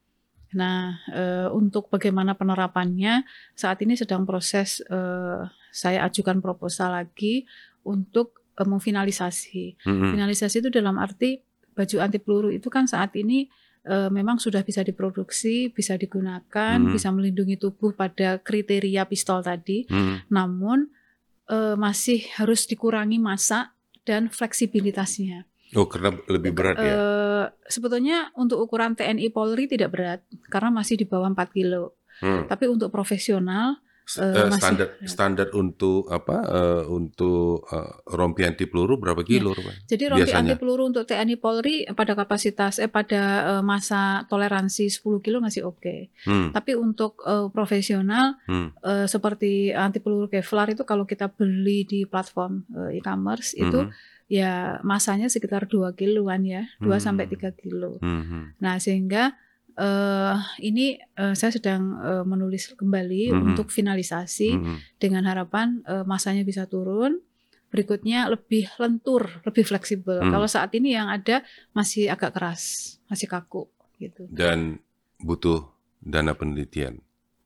Nah uh, untuk bagaimana penerapannya saat ini sedang proses, uh, saya ajukan proposal lagi untuk memfinalisasi. Mm-hmm. Finalisasi itu dalam arti baju anti peluru itu kan saat ini e, memang sudah bisa diproduksi, bisa digunakan, mm-hmm. bisa melindungi tubuh pada kriteria pistol tadi. Mm-hmm. Namun e, masih harus dikurangi massa dan fleksibilitasnya. Oh, karena lebih berat ya? E, sebetulnya untuk ukuran T N I Polri tidak berat karena masih di bawah empat kilo. Hmm. Tapi untuk profesional Uh, standar masih, standar untuk apa uh, untuk uh, rompi anti peluru berapa kilo? Ya. Jadi rompi anti peluru untuk T N I Polri pada kapasitas eh pada uh, masa toleransi sepuluh kilo masih oke. Okay. Hmm. Tapi untuk uh, profesional hmm. uh, seperti anti peluru Kevlar itu kalau kita beli di platform uh, e-commerce hmm. itu ya masanya sekitar dua kiloan ya, dua hmm. sampai tiga kilo. Hmm. Nah, sehingga Uh, ini uh, saya sedang uh, menulis kembali mm-hmm. untuk finalisasi mm-hmm. dengan harapan uh, masanya bisa turun, berikutnya lebih lentur, lebih fleksibel. Mm. Kalau saat ini yang ada masih agak keras, masih kaku gitu. Dan butuh dana penelitian.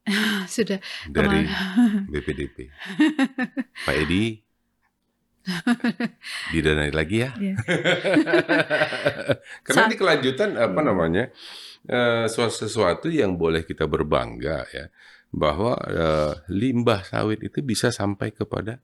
Sudah dari B P D P. Pak Edi didanai lagi ya. Yeah. Karena ini kelanjutan apa yeah. namanya? Uh, sesuatu yang boleh kita berbangga ya, bahwa uh, limbah sawit itu bisa sampai kepada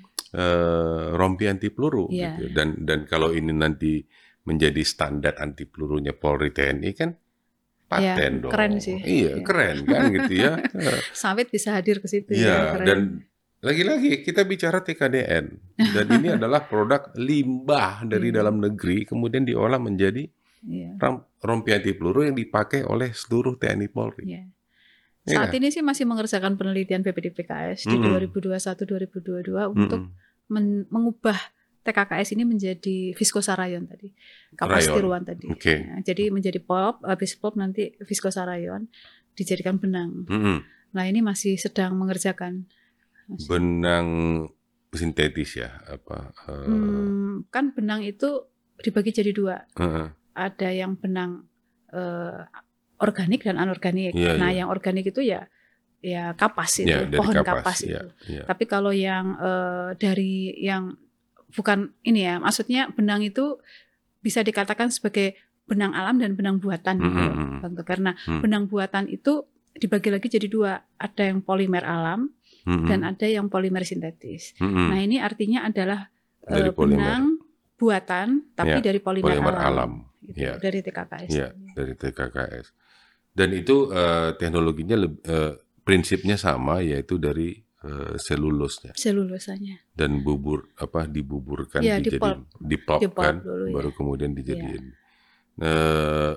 uh, rompi anti peluru yeah. gitu. Dan dan kalau ini nanti menjadi standar anti pelurunya Polri T N I kan paten yeah, dong. Keren sih. Iya, yeah. keren kan gitu ya. Sawit bisa hadir ke situ yeah, ya. Keren. Dan lagi-lagi kita bicara T K D N dan ini adalah produk limbah dari yeah. dalam negeri kemudian diolah menjadi yeah. rompi anti peluru yang dipakai oleh seluruh T N I Polri. Yeah. Saat yeah. ini sih masih mengerjakan penelitian B P D P K S mm-hmm. di dua ribu dua puluh satu dua ribu dua puluh dua mm-hmm. untuk men- mengubah T K K S ini menjadi viskosa rayon tadi, kapasiti ruan tadi. Okay. Nah, jadi menjadi pulp, habis pulp nanti viskosa rayon dijadikan benang. Mm-hmm. Nah ini masih sedang mengerjakan. Masih. Benang sintetis ya apa? Uh... Hmm, kan benang itu dibagi jadi dua. Uh-huh. Ada yang benang uh, organik dan anorganik. Yeah, nah, yeah. yang organik itu ya ya kapas itu, yeah, pohon kapas, kapas yeah, itu. Yeah. Tapi kalau yang uh, dari yang bukan ini ya, maksudnya benang itu bisa dikatakan sebagai benang alam dan benang buatan mm-hmm. gitu. Karena mm. benang buatan itu dibagi lagi jadi dua, ada yang polimer alam mm-hmm. dan ada yang polimer sintetis. Mm-hmm. Nah, ini artinya adalah uh, benang buatan tapi yeah, dari polimer, polimer alam. alam. Gitu, ya. Dari T K K S. Ya, dari T K K S. Dan itu uh, teknologinya uh, prinsipnya sama, yaitu dari uh, selulosnya. Selulosanya. Dan bubur apa dibuburkan, ya, dijadiin, dipulpkan, dulu, baru ya. kemudian dijadiin. Ya. Uh,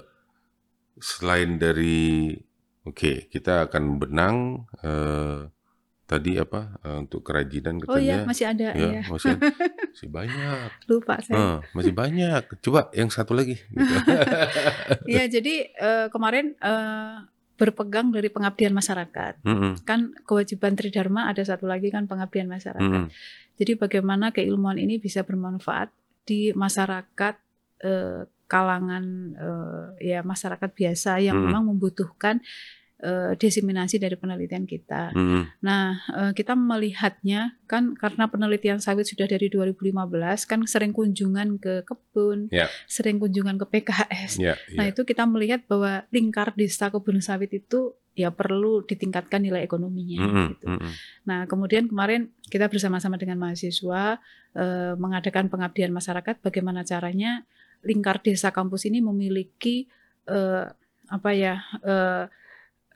selain dari, oke, okay, kita akan benang. Uh, Tadi apa uh, untuk kerajinan katanya? Oh iya masih ada ya, ya. Masih, masih banyak. Lupa saya. Uh, masih banyak. Coba yang satu lagi. Gitu. Ya jadi uh, kemarin uh, berpegang dari pengabdian masyarakat. Mm-hmm. Kan kewajiban Tridharma ada satu lagi kan pengabdian masyarakat. Mm-hmm. Jadi bagaimana keilmuan ini bisa bermanfaat di masyarakat uh, kalangan uh, ya masyarakat biasa yang mm-hmm. memang membutuhkan Uh, diseminasi dari penelitian kita. Hmm. Nah, uh, kita melihatnya kan karena penelitian sawit sudah dari dua ribu lima belas kan sering kunjungan ke kebun, yeah. sering kunjungan ke P K S. Yeah, yeah. Nah, itu kita melihat bahwa lingkar desa kebun sawit itu ya perlu ditingkatkan nilai ekonominya. Hmm. Gitu. Hmm. Nah, kemudian kemarin kita bersama-sama dengan mahasiswa uh, mengadakan pengabdian masyarakat bagaimana caranya lingkar desa kampus ini memiliki uh, apa ya uh,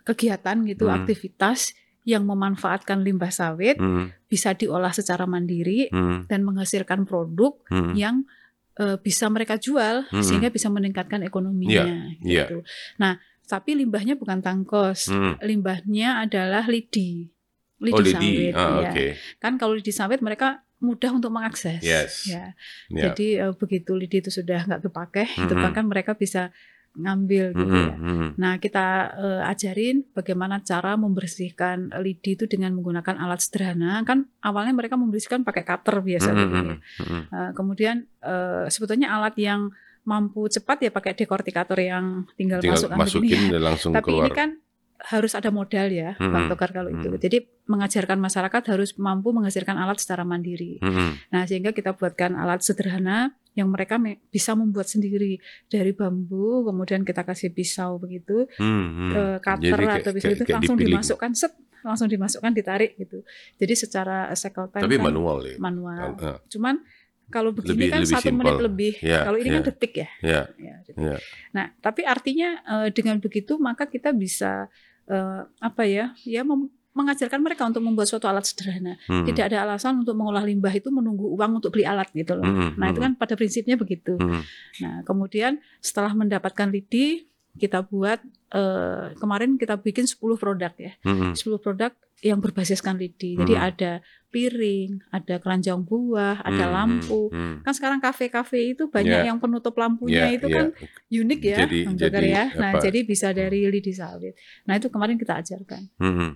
kegiatan gitu, Hmm. aktivitas yang memanfaatkan limbah sawit Hmm. bisa diolah secara mandiri Hmm. dan menghasilkan produk Hmm. yang uh, bisa mereka jual Hmm. sehingga bisa meningkatkan ekonominya Iya, gitu. Nah, tapi limbahnya bukan tangkos, Hmm. limbahnya adalah lidi, lidi Oh, lidi. sawit. Ah, Ya. oke. Kan kalau lidi sawit mereka mudah untuk mengakses. Yes. Ya. Ya. Jadi uh, begitu lidi itu sudah nggak kepakai, Hmm. itu kan mereka bisa ngambil gitu Hmm. ya. Hmm. Nah, kita uh, ajarin bagaimana cara membersihkan lidi itu dengan menggunakan alat sederhana. Kan awalnya mereka membersihkan pakai cutter biasa Hmm. gitu ya. Hmm. Uh, kemudian uh, sebetulnya alat yang mampu cepat ya pakai dekortikator yang tinggal, Tinggal masukkan masukin begini ya. dan langsung Tapi keluar. ini kan harus ada modal ya, Hmm. Pak Togar kalau itu. Hmm. Jadi mengajarkan masyarakat harus mampu menghasilkan alat secara mandiri. Hmm. Nah, sehingga kita buatkan alat sederhana yang mereka me- bisa membuat sendiri dari bambu, kemudian kita kasih pisau begitu, Hmm. ke cutter Jadi kayak- atau pisau kayak- itu kayak langsung dipiling. dimasukkan set, langsung dimasukkan ditarik gitu. Jadi secara cycle time Tapi kan manual ya. manual. Ah, Cuman kalau begini Lebih- kan lebih satu simpel. menit lebih. Ya, Kalau ini ya. kan detik ya. Ya. Ya, detik. Ya. Nah, tapi artinya eh, dengan begitu maka kita bisa eh, apa ya? Ya mem- mengajarkan mereka untuk membuat suatu alat sederhana. Hmm. Tidak ada alasan untuk mengolah limbah itu menunggu uang untuk beli alat gitu loh. Hmm. Nah, itu kan pada prinsipnya begitu. Hmm. Nah, kemudian setelah mendapatkan lidi, kita buat eh, kemarin kita bikin sepuluh produk ya. Hmm. sepuluh produk yang berbasiskan lidi. Jadi Hmm. ada piring, ada keranjang buah, ada Hmm. lampu. Hmm. Kan sekarang kafe-kafe itu banyak Ya. yang penutup lampunya Ya, itu ya. kan unik ya, Jadi- Bang Togar jadi ya. Nah, apa? jadi bisa dari lidi sawit. Nah, itu kemarin kita ajarkan. Hmm.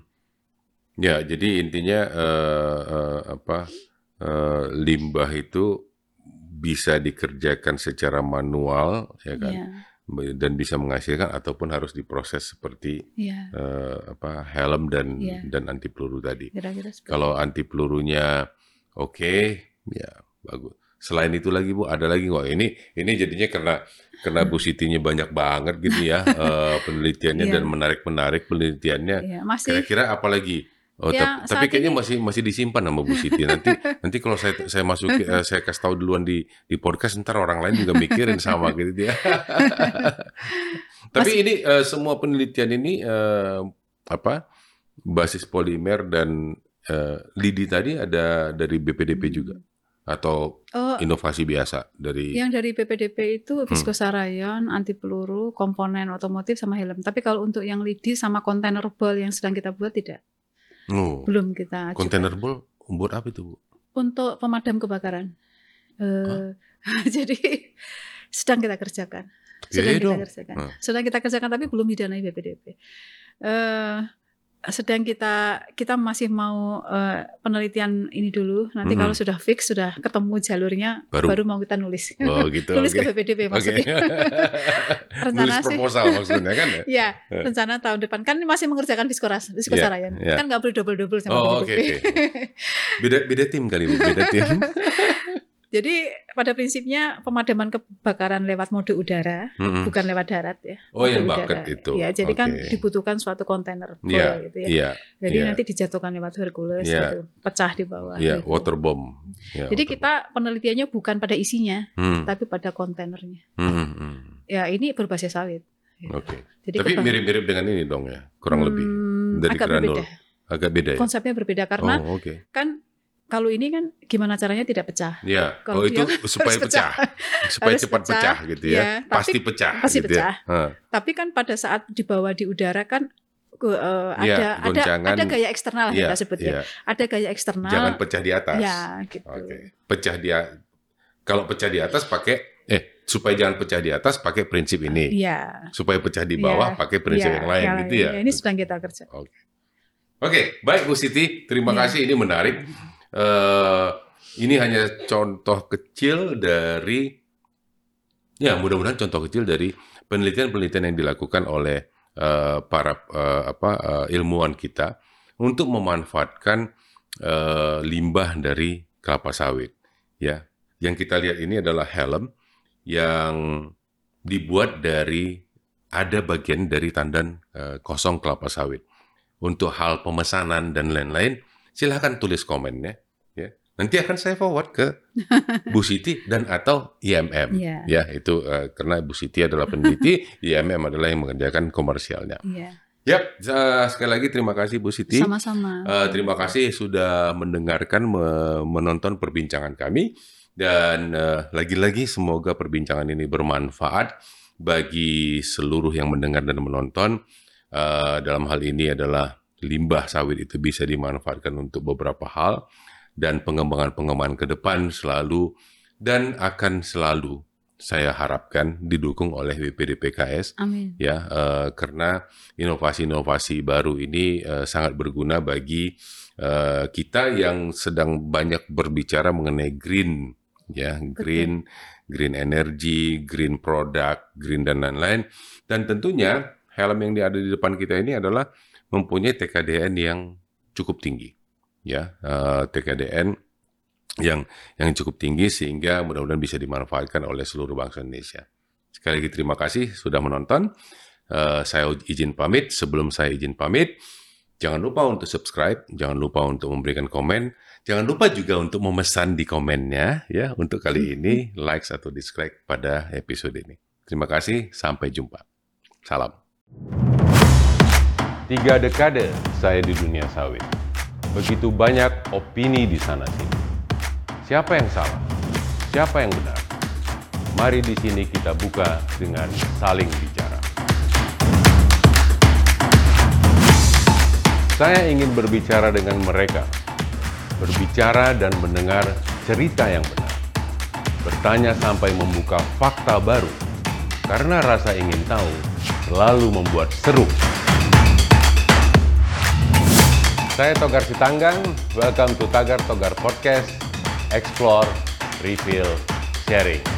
Ya, jadi intinya eh, eh, apa eh, limbah itu bisa dikerjakan secara manual, ya kan, Iya, dan bisa menghasilkan ataupun harus diproses seperti iya, eh, apa helm dan Iya. dan anti peluru tadi. kira-kira seperti Kalau anti pelurunya oke, ya bagus. Selain itu lagi Bu, ada lagi nggak? Ini ini jadinya karena karena Bu Sitinya banyak banget gitu ya eh, penelitiannya Iya. dan menarik-menarik penelitiannya. Iya, masih Kira-kira apa lagi? Oh, Ya, tapi, tapi saat kayaknya ini- masih masih disimpan sama Bu Siti. Nanti nanti kalau saya saya masuk eh, saya kasih tahu duluan di di podcast, ntar orang lain juga mikirin sama gitu ya. Tapi Masih- ini eh, semua penelitian ini eh, apa basis polimer dan eh, lidi tadi ada dari B P D P juga atau oh, inovasi biasa dari yang dari B P D P itu viskosarayon, anti peluru, komponen otomotif sama helm. Tapi kalau untuk yang lidi sama kontainer bol yang sedang kita buat tidak, oh, belum kita ajukan. kontainer bol buat apa itu Bu? Untuk pemadam kebakaran. Eh, jadi sedang kita kerjakan. Sedang Iya kita dong. kerjakan. Hmm. Sedang kita kerjakan tapi belum didanai B P D P. Eh, sedang kita kita masih mau eh, penelitian ini dulu. Nanti Mhm. kalau sudah fix, sudah ketemu jalurnya, Baru. baru, mau kita nulis. Oh gitu. Tulis oke. ke B P D P Oke. maksudnya. Rencana Nulis sih. proposal maksudnya kan ya? Ya, rencana tahun depan kan ini masih mengerjakan viskoras, viskosarayon. Iya, iya. Kan nggak boleh double-double sama Oh, B P D P. oke, oke. Beda beda tim kali Bu, beda tim. Jadi pada prinsipnya pemadaman kebakaran lewat mode udara, Mm-mm. bukan lewat darat ya. Oh, Mode yang udara. bucket itu. Ya, jadi kan Oke. dibutuhkan suatu kontainer full Iya, gitu ya. iya, Jadi iya. nanti dijatuhkan lewat Hercules Iya. gitu, pecah di bawah. iya, gitu. water bomb. Ya, Jadi water kita penelitiannya bukan pada isinya, bomb. Hmm, tapi pada kontainernya. hmm, hmm. Ya, ini berbasis sawit. Gitu. Oke. Jadi Tapi keba- mirip-mirip dengan ini dong ya, kurang Hmm, lebih dari agak granul. berbeda. Agak beda ya. Konsepnya berbeda karena Oh, oke. kan kalau ini kan gimana caranya tidak pecah. Ya, Kalau oh itu dia supaya harus pecah, pecah. supaya Harus cepat pecah, pecah, gitu ya. ya, tapi Pasti pecah. pasti gitu ya. pecah. Hah. Tapi kan pada saat dibawa di udara kan ke- eh, Iya, ada ada goncangan. ada gaya eksternal Iya, kita sebut ya. iya. Ada gaya eksternal. Jangan pecah di atas. Ya, gitu. Oke. Pecah dia. Kalau pecah di atas pakai eh supaya jangan pecah di atas pakai prinsip ini. Iya. Supaya pecah di Iya, bawah pakai prinsip iya, yang lain yang gitu lain. ya. Ini sedang kita kerja. Oke, baik Bu Siti, terima Iya. kasih, ini menarik. Eh, ini hanya contoh kecil dari, ya mudah-mudahan contoh kecil dari penelitian-penelitian yang dilakukan oleh eh, para eh, apa eh, ilmuwan kita untuk memanfaatkan eh, limbah dari kelapa sawit. Ya, yang kita lihat ini adalah helm yang dibuat dari ada bagian dari tandan eh, kosong kelapa sawit. Untuk hal pemesanan dan lain-lain, silahkan tulis komennya. Ya. Nanti akan saya forward ke Bu Siti dan atau I M M. Iya. Ya, itu eh, karena Bu Siti adalah peneliti, I M M adalah yang mengerjakan komersialnya. Iya. Yap, uh, sekali lagi terima kasih Bu Siti. Sama-sama. Uh, terima kasih sudah mendengarkan, me- menonton perbincangan kami. Dan uh, lagi-lagi semoga perbincangan ini bermanfaat bagi seluruh yang mendengar dan menonton. Uh, dalam hal ini adalah limbah sawit itu bisa dimanfaatkan untuk beberapa hal. Dan pengembangan-pengembangan ke depan selalu dan akan selalu saya harapkan didukung oleh W P D P K S. Amin. Ya, uh, karena inovasi-inovasi baru ini uh, sangat berguna bagi uh, kita yang sedang banyak berbicara mengenai green, ya, green, Betul. green energy, green product, green dan lain-lain. Dan tentunya helm yang ada di depan kita ini adalah mempunyai T K D N yang cukup tinggi, ya, uh, T K D N yang yang cukup tinggi sehingga mudah-mudahan bisa dimanfaatkan oleh seluruh bangsa Indonesia. Sekali lagi terima kasih sudah menonton. Uh, saya izin pamit. Sebelum saya izin pamit, jangan lupa untuk subscribe, jangan lupa untuk memberikan komen, jangan lupa juga untuk memesan di komennya ya untuk kali ini like atau dislike pada episode ini. Terima kasih, sampai jumpa. Salam. Tiga dekade saya di dunia sawit. Begitu banyak opini di sana-sini. Siapa yang salah? Siapa yang benar? Mari di sini kita buka dengan saling bicara. Saya ingin berbicara dengan mereka, berbicara dan mendengar cerita yang benar, bertanya sampai membuka fakta baru, karena rasa ingin tahu selalu membuat seru. Saya Togar Sitanggang, welcome to Tagar Togar Podcast. Explore, refill, sharing.